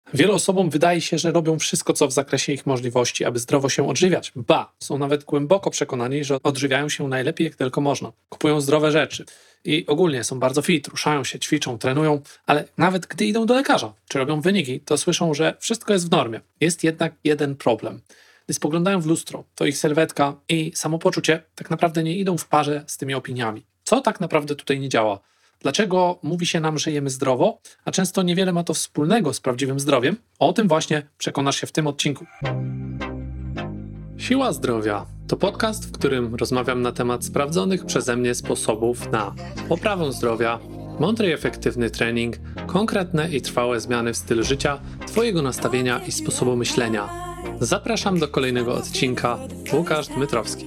Wielu osobom wydaje się, że robią wszystko, co w zakresie ich możliwości, aby zdrowo się odżywiać. Są nawet głęboko przekonani, że odżywiają się najlepiej, jak tylko można. Kupują zdrowe rzeczy i ogólnie są bardzo fit, ruszają się, ćwiczą, trenują, ale nawet gdy idą do lekarza, czy robią wyniki, to słyszą, że wszystko jest w normie. Jest jednak jeden problem. Gdy spoglądają w lustro, to ich sylwetka i samopoczucie tak naprawdę nie idą w parze z tymi opiniami. Co tak naprawdę tutaj nie działa? Dlaczego mówi się nam, że jemy zdrowo, a często niewiele ma to wspólnego z prawdziwym zdrowiem? O tym właśnie przekonasz się w tym odcinku. Siła Zdrowia to podcast, w którym rozmawiam na temat sprawdzonych przeze mnie sposobów na poprawę zdrowia, mądry i efektywny trening, konkretne i trwałe zmiany w stylu życia, Twojego nastawienia i sposobu myślenia. Zapraszam do kolejnego odcinka. Łukasz Dmytrowski.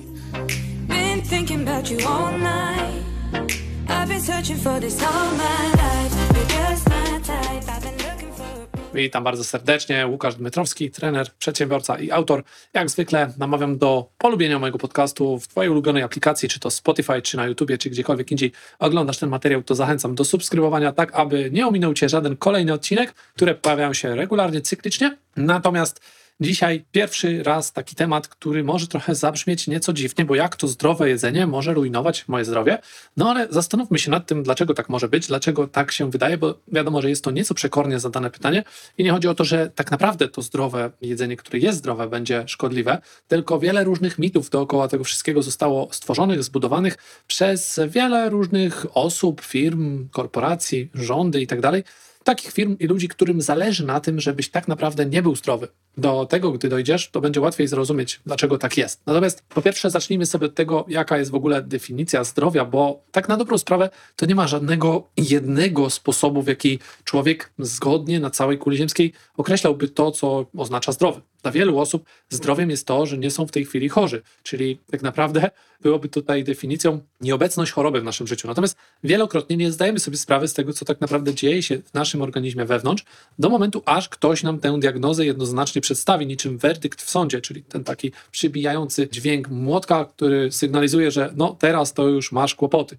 Witam bardzo serdecznie, Łukasz Dmytrowski, trener, przedsiębiorca i autor. Jak zwykle namawiam do polubienia mojego podcastu w Twojej ulubionej aplikacji, czy to Spotify, czy na YouTubie, czy gdziekolwiek indziej oglądasz ten materiał, to zachęcam do subskrybowania, tak aby nie ominął Cię żaden kolejny odcinek, które pojawiają się regularnie, cyklicznie. Natomiast dzisiaj pierwszy raz taki temat, który może trochę zabrzmieć nieco dziwnie, bo jak to zdrowe jedzenie może rujnować moje zdrowie? No ale zastanówmy się nad tym, dlaczego tak może być, dlaczego tak się wydaje, bo wiadomo, że jest to nieco przekornie zadane pytanie i nie chodzi o to, że tak naprawdę to zdrowe jedzenie, które jest zdrowe, będzie szkodliwe, tylko wiele różnych mitów dookoła tego wszystkiego zostało stworzonych, zbudowanych przez wiele różnych osób, firm, korporacji, rządy itd. Takich firm i ludzi, którym zależy na tym, żebyś tak naprawdę nie był zdrowy. Do tego, gdy dojdziesz, to będzie łatwiej zrozumieć, dlaczego tak jest. Natomiast po pierwsze zacznijmy sobie od tego, jaka jest w ogóle definicja zdrowia, bo tak na dobrą sprawę to nie ma żadnego jednego sposobu, w jaki człowiek zgodnie na całej kuli ziemskiej określałby to, co oznacza zdrowy. Dla wielu osób zdrowiem jest to, że nie są w tej chwili chorzy, czyli tak naprawdę byłoby tutaj definicją nieobecność choroby w naszym życiu. Natomiast wielokrotnie nie zdajemy sobie sprawy z tego, co tak naprawdę dzieje się w naszym organizmie wewnątrz, do momentu, aż ktoś nam tę diagnozę jednoznacznie przedstawi, niczym werdykt w sądzie, czyli ten taki przybijający dźwięk młotka, który sygnalizuje, że no teraz to już masz kłopoty.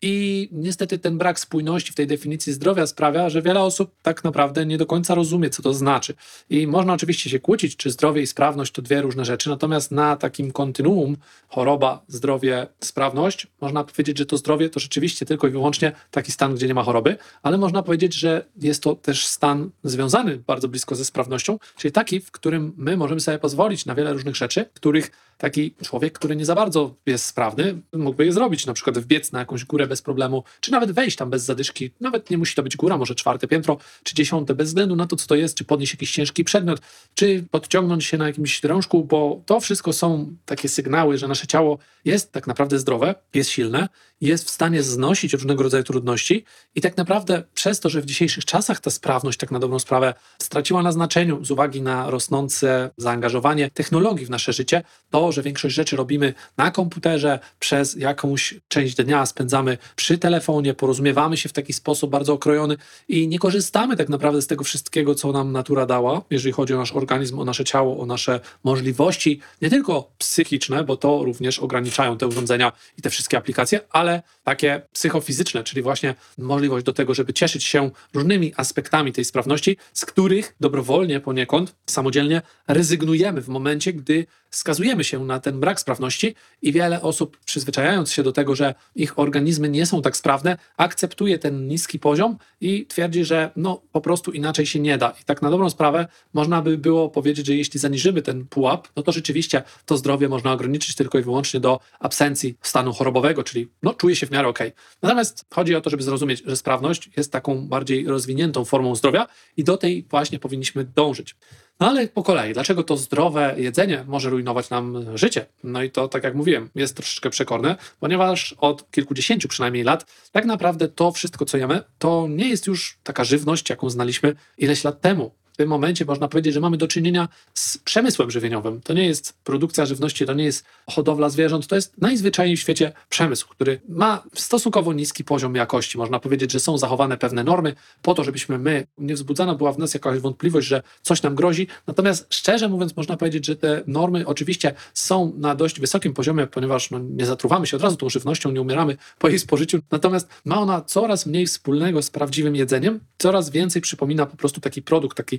I niestety ten brak spójności w tej definicji zdrowia sprawia, że wiele osób tak naprawdę nie do końca rozumie, co to znaczy. I można oczywiście się kłócić, czy zdrowie i sprawność to dwie różne rzeczy, natomiast na takim kontynuum choroba, zdrowie, sprawność, można powiedzieć, że to zdrowie to rzeczywiście tylko i wyłącznie taki stan, gdzie nie ma choroby, ale można powiedzieć, że jest to też stan związany bardzo blisko ze sprawnością, czyli taki, w którym my możemy sobie pozwolić na wiele różnych rzeczy, których taki człowiek, który nie za bardzo jest sprawny, mógłby je zrobić, na przykład wbiec na jakąś górę bez problemu, czy nawet wejść tam bez zadyszki, nawet nie musi to być góra, może 4. piętro, czy 10, bez względu na to, co to jest, czy podnieść jakiś ciężki przedmiot, czy podciągnąć się na jakimś drążku, bo to wszystko są takie sygnały, że nasze ciało jest tak naprawdę zdrowe, jest silne, jest w stanie znosić różnego rodzaju trudności i tak naprawdę przez to, że w dzisiejszych czasach ta sprawność tak na dobrą sprawę straciła na znaczeniu z uwagi na rosnące zaangażowanie technologii w nasze życie, to, że większość rzeczy robimy na komputerze, przez jakąś część dnia spędzamy przy telefonie, porozumiewamy się w taki sposób bardzo okrojony i nie korzystamy tak naprawdę z tego wszystkiego, co nam natura dała, jeżeli chodzi o nasz organizm, o nasze ciało, o nasze możliwości, nie tylko psychiczne, bo to również ograniczają te urządzenia i te wszystkie aplikacje, ale takie psychofizyczne, czyli właśnie możliwość do tego, żeby cieszyć się różnymi aspektami tej sprawności, z których dobrowolnie poniekąd, samodzielnie rezygnujemy w momencie, gdy skazujemy się na ten brak sprawności i wiele osób, przyzwyczajając się do tego, że ich organizmy nie są tak sprawne, akceptuje ten niski poziom i twierdzi, że no po prostu inaczej się nie da. I tak na dobrą sprawę można by było powiedzieć, że jeśli zaniżymy ten pułap, no to rzeczywiście to zdrowie można ograniczyć tylko i wyłącznie do absencji stanu chorobowego, czyli no czuje się w miarę okej. Natomiast chodzi o to, żeby zrozumieć, że sprawność jest taką bardziej rozwiniętą formą zdrowia i do tej właśnie powinniśmy dążyć. No ale po kolei, dlaczego to zdrowe jedzenie może rujnować nam życie? No i to, tak jak mówiłem, jest troszeczkę przekorne, ponieważ od kilkudziesięciu przynajmniej lat tak naprawdę to wszystko, co jemy, to nie jest już taka żywność, jaką znaliśmy ileś lat temu. W tym momencie można powiedzieć, że mamy do czynienia z przemysłem żywieniowym. To nie jest produkcja żywności, to nie jest hodowla zwierząt, to jest najzwyczajniej w świecie przemysł, który ma stosunkowo niski poziom jakości. Można powiedzieć, że są zachowane pewne normy po to, żebyśmy nie wzbudzana była w nas jakaś wątpliwość, że coś nam grozi. Natomiast szczerze mówiąc można powiedzieć, że te normy oczywiście są na dość wysokim poziomie, ponieważ nie zatruwamy się od razu tą żywnością, nie umieramy po jej spożyciu. Natomiast ma ona coraz mniej wspólnego z prawdziwym jedzeniem, coraz więcej przypomina po prostu taki produkt, taki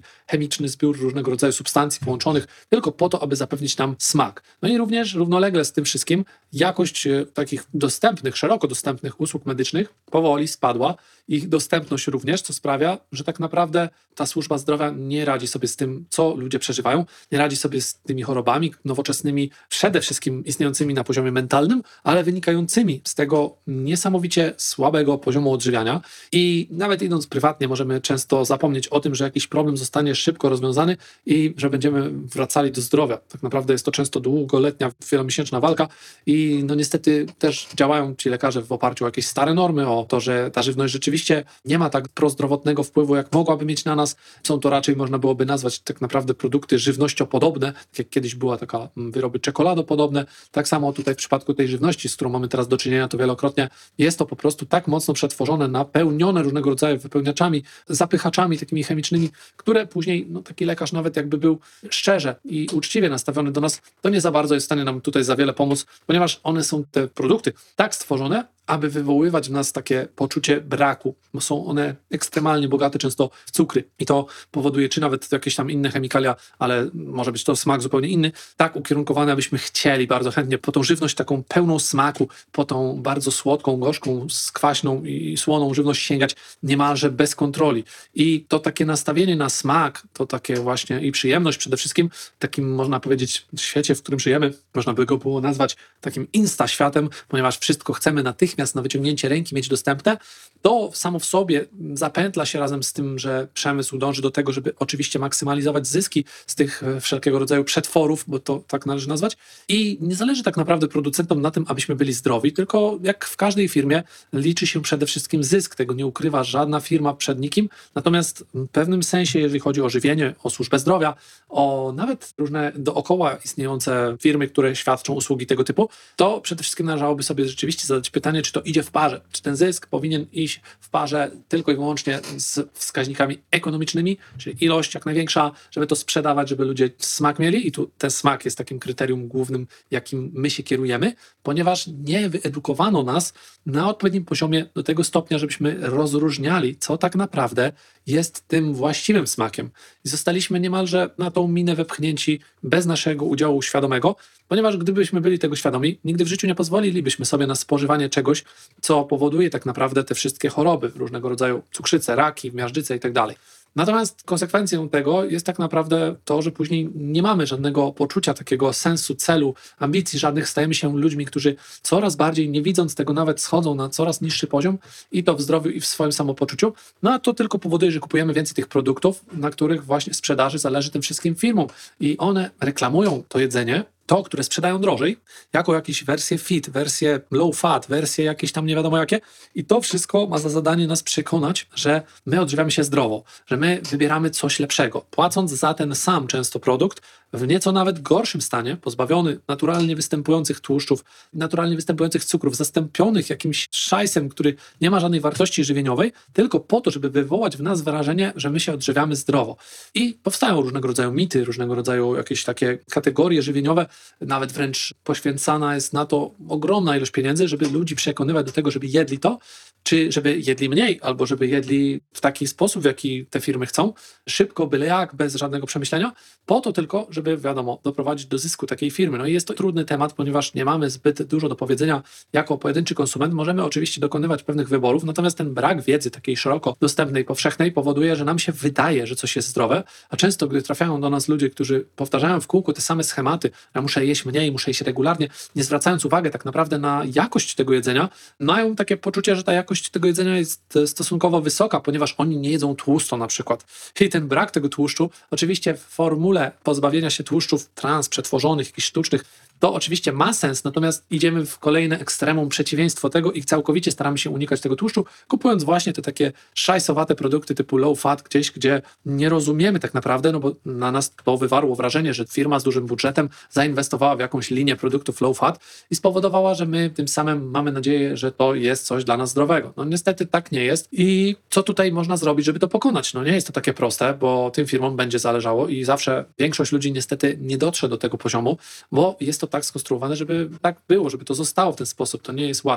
chemiczny zbiór różnego rodzaju substancji połączonych tylko po to, aby zapewnić nam smak. No i również równolegle z tym wszystkim jakość takich dostępnych, szeroko dostępnych usług medycznych powoli spadła. Ich dostępność również, co sprawia, że tak naprawdę ta służba zdrowia nie radzi sobie z tym, co ludzie przeżywają, nie radzi sobie z tymi chorobami nowoczesnymi, przede wszystkim istniejącymi na poziomie mentalnym, ale wynikającymi z tego niesamowicie słabego poziomu odżywiania. I nawet idąc prywatnie możemy często zapomnieć o tym, że jakiś problem zostanie szybko rozwiązany i że będziemy wracali do zdrowia. Tak naprawdę jest to często długoletnia, wielomiesięczna walka i no niestety też działają ci lekarze w oparciu o jakieś stare normy, o to, że ta żywność rzeczywiście nie ma tak prozdrowotnego wpływu, jak mogłaby mieć na nas. Są to raczej, można byłoby nazwać tak naprawdę produkty żywnościopodobne, tak jak kiedyś była taka wyroby czekoladopodobne. Tak samo tutaj w przypadku tej żywności, z którą mamy teraz do czynienia, to wielokrotnie jest to po prostu tak mocno przetworzone, napełnione różnego rodzaju wypełniaczami, zapychaczami takimi chemicznymi, które później taki lekarz nawet jakby był szczerze i uczciwie nastawiony do nas, to nie za bardzo jest w stanie nam tutaj za wiele pomóc, ponieważ one są, te produkty, tak stworzone, aby wywoływać w nas takie poczucie braku, bo są one ekstremalnie bogate często w cukry i to powoduje, czy nawet jakieś tam inne chemikalia, ale może być to smak zupełnie inny, tak ukierunkowane, abyśmy chcieli bardzo chętnie po tą żywność taką pełną smaku, po tą bardzo słodką, gorzką, skwaśną i słoną żywność sięgać niemalże bez kontroli. I to takie nastawienie na smak, to takie właśnie i przyjemność przede wszystkim, takim można powiedzieć świecie, w którym żyjemy, można by go było nazwać takim insta-światem, ponieważ wszystko chcemy natychmiast na wyciągnięcie ręki mieć dostępne, to samo w sobie zapętla się razem z tym, że przemysł dąży do tego, żeby oczywiście maksymalizować zyski z tych wszelkiego rodzaju przetworów, bo to tak należy nazwać. I nie zależy tak naprawdę producentom na tym, abyśmy byli zdrowi, tylko jak w każdej firmie liczy się przede wszystkim zysk. Tego nie ukrywa żadna firma przed nikim. Natomiast w pewnym sensie, jeżeli chodzi o żywienie, o służbę zdrowia, o nawet różne dookoła istniejące firmy, które świadczą usługi tego typu, to przede wszystkim należałoby sobie rzeczywiście zadać pytanie, czy to idzie w parze, czy ten zysk powinien iść w parze tylko i wyłącznie z wskaźnikami ekonomicznymi, czyli ilość jak największa, żeby to sprzedawać, żeby ludzie smak mieli i tu ten smak jest takim kryterium głównym, jakim my się kierujemy, ponieważ nie wyedukowano nas na odpowiednim poziomie do tego stopnia, żebyśmy rozróżniali, co tak naprawdę jest tym właściwym smakiem. I zostaliśmy niemalże na tą minę wepchnięci bez naszego udziału świadomego, ponieważ gdybyśmy byli tego świadomi, nigdy w życiu nie pozwolilibyśmy sobie na spożywanie czegoś, co powoduje tak naprawdę te wszystkie choroby, różnego rodzaju cukrzycę, raki, miażdżycę i tak dalej. Natomiast konsekwencją tego jest tak naprawdę to, że później nie mamy żadnego poczucia takiego sensu, celu, ambicji żadnych. Stajemy się ludźmi, którzy coraz bardziej, nie widząc tego, nawet schodzą na coraz niższy poziom i to w zdrowiu i w swoim samopoczuciu. No a to tylko powoduje, że kupujemy więcej tych produktów, na których właśnie sprzedaży zależy tym wszystkim firmom. I one reklamują to jedzenie, to, które sprzedają drożej, jako jakieś wersje fit, wersje low fat, wersje jakieś tam nie wiadomo jakie. I to wszystko ma za zadanie nas przekonać, że my odżywiamy się zdrowo, że my wybieramy coś lepszego. Płacąc za ten sam często produkt w nieco nawet gorszym stanie, pozbawiony naturalnie występujących tłuszczów, naturalnie występujących cukrów, zastąpionych jakimś szajsem, który nie ma żadnej wartości żywieniowej, tylko po to, żeby wywołać w nas wrażenie, że my się odżywiamy zdrowo. I powstają różnego rodzaju mity, różnego rodzaju jakieś takie kategorie żywieniowe, nawet wręcz poświęcana jest na to ogromna ilość pieniędzy, żeby ludzi przekonywać do tego, żeby jedli to, czy żeby jedli mniej, albo żeby jedli w taki sposób, w jaki te firmy chcą, szybko, byle jak, bez żadnego przemyślenia, po to tylko, żeby, wiadomo, doprowadzić do zysku takiej firmy. No i jest to trudny temat, ponieważ nie mamy zbyt dużo do powiedzenia jako pojedynczy konsument. Możemy oczywiście dokonywać pewnych wyborów, natomiast ten brak wiedzy takiej szeroko dostępnej, powszechnej powoduje, że nam się wydaje, że coś jest zdrowe, a często, gdy trafiają do nas ludzie, którzy powtarzają w kółku te same schematy, ja muszę jeść mniej, muszę jeść regularnie, nie zwracając uwagi tak naprawdę na jakość tego jedzenia, mają takie poczucie, że ta jakość tego jedzenia jest stosunkowo wysoka, ponieważ oni nie jedzą tłusto na przykład. I ten brak tego tłuszczu, oczywiście w formule pozbawienia się tłuszczów trans, przetworzonych, jakichś sztucznych, to oczywiście ma sens, natomiast idziemy w kolejne ekstremum, przeciwieństwo tego i całkowicie staramy się unikać tego tłuszczu, kupując właśnie te takie szajsowate produkty typu low fat gdzieś, gdzie nie rozumiemy tak naprawdę, no bo na nas to wywarło wrażenie, że firma z dużym budżetem zainwestowała w jakąś linię produktów low fat i spowodowała, że my tym samym mamy nadzieję, że to jest coś dla nas zdrowego. No niestety tak nie jest i co tutaj można zrobić, żeby to pokonać? No nie jest to takie proste, bo tym firmom będzie zależało i zawsze większość ludzi niestety nie dotrze do tego poziomu, bo jest to tak skonstruowane, żeby tak było, żeby to zostało w ten sposób. To nie jest łatwe.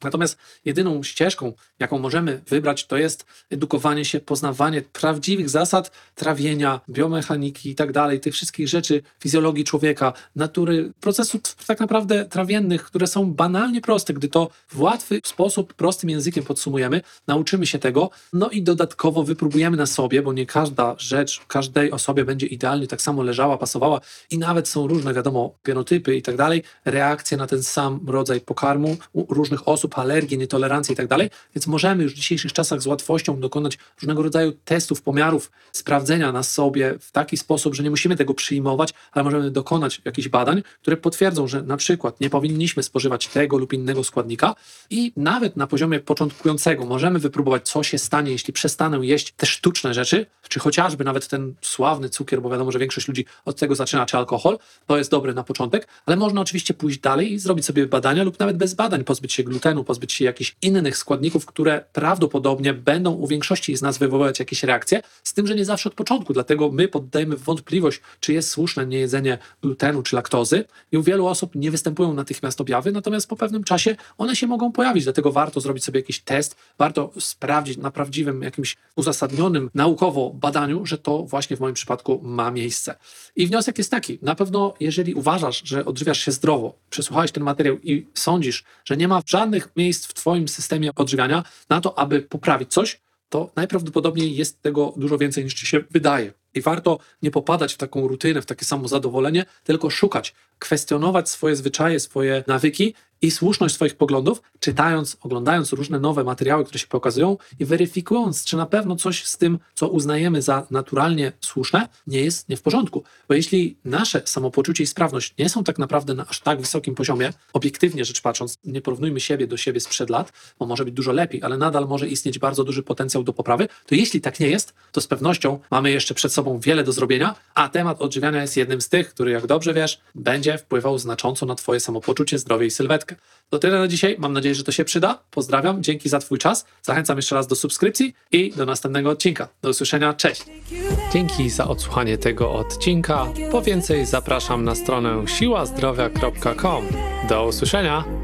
Natomiast jedyną ścieżką, jaką możemy wybrać, to jest edukowanie się, poznawanie prawdziwych zasad trawienia, biomechaniki i tak dalej, tych wszystkich rzeczy, fizjologii człowieka, natury, procesów tak naprawdę trawiennych, które są banalnie proste. Gdy to w łatwy sposób, prostym językiem podsumujemy, nauczymy się tego, no i dodatkowo wypróbujemy na sobie, bo nie każda rzecz każdej osobie będzie idealnie tak samo leżała, pasowała i nawet są różne, wiadomo, genotypy i tak dalej, reakcje na ten sam rodzaj pokarmu u różnych osób, alergie, nietolerancje i tak dalej, więc możemy już w dzisiejszych czasach z łatwością dokonać różnego rodzaju testów, pomiarów, sprawdzenia na sobie w taki sposób, że nie musimy tego przyjmować, ale możemy dokonać jakichś badań, które potwierdzą, że na przykład nie powinniśmy spożywać tego lub innego składnika i nawet na poziomie początkującego możemy wypróbować, co się stanie, jeśli przestanę jeść te sztuczne rzeczy, czy chociażby nawet ten sławny cukier, bo wiadomo, że większość ludzi od tego zaczyna, czy alkohol, to jest dobre na początek, ale można oczywiście pójść dalej i zrobić sobie badania lub nawet bez badań, pozbyć się glutenu, pozbyć się jakichś innych składników, które prawdopodobnie będą u większości z nas wywoływać jakieś reakcje, z tym, że nie zawsze od początku, dlatego my poddajemy w wątpliwość, czy jest słuszne niejedzenie glutenu czy laktozy i u wielu osób nie występują natychmiast objawy, natomiast po pewnym czasie one się mogą pojawić, dlatego warto zrobić sobie jakiś test, warto sprawdzić na prawdziwym, jakimś uzasadnionym naukowo badaniu, że to właśnie w moim przypadku ma miejsce. I wniosek jest taki, na pewno jeżeli uważasz, że odżywiasz się zdrowo, przesłuchałeś ten materiał i sądzisz, że nie ma żadnych miejsc w twoim systemie odżywiania na to, aby poprawić coś, to najprawdopodobniej jest tego dużo więcej niż ci się wydaje. I warto nie popadać w taką rutynę, w takie samozadowolenie, tylko szukać, kwestionować swoje zwyczaje, swoje nawyki i słuszność swoich poglądów, czytając, oglądając różne nowe materiały, które się pokazują i weryfikując, czy na pewno coś z tym, co uznajemy za naturalnie słuszne, nie w porządku. Bo jeśli nasze samopoczucie i sprawność nie są tak naprawdę na aż tak wysokim poziomie, obiektywnie rzecz patrząc, nie porównujmy siebie do siebie sprzed lat, bo może być dużo lepiej, ale nadal może istnieć bardzo duży potencjał do poprawy, to jeśli tak nie jest, to z pewnością mamy jeszcze przed sobą wiele do zrobienia, a temat odżywiania jest jednym z tych, który, jak dobrze wiesz, będzie wpływał znacząco na twoje samopoczucie, zdrowie i sylwetkę. To tyle na dzisiaj. Mam nadzieję, że to się przyda. Pozdrawiam. Dzięki za twój czas. Zachęcam jeszcze raz do subskrypcji i do następnego odcinka. Do usłyszenia. Cześć. Dzięki za odsłuchanie tego odcinka. Po więcej zapraszam na stronę siłazdrowia.com. Do usłyszenia.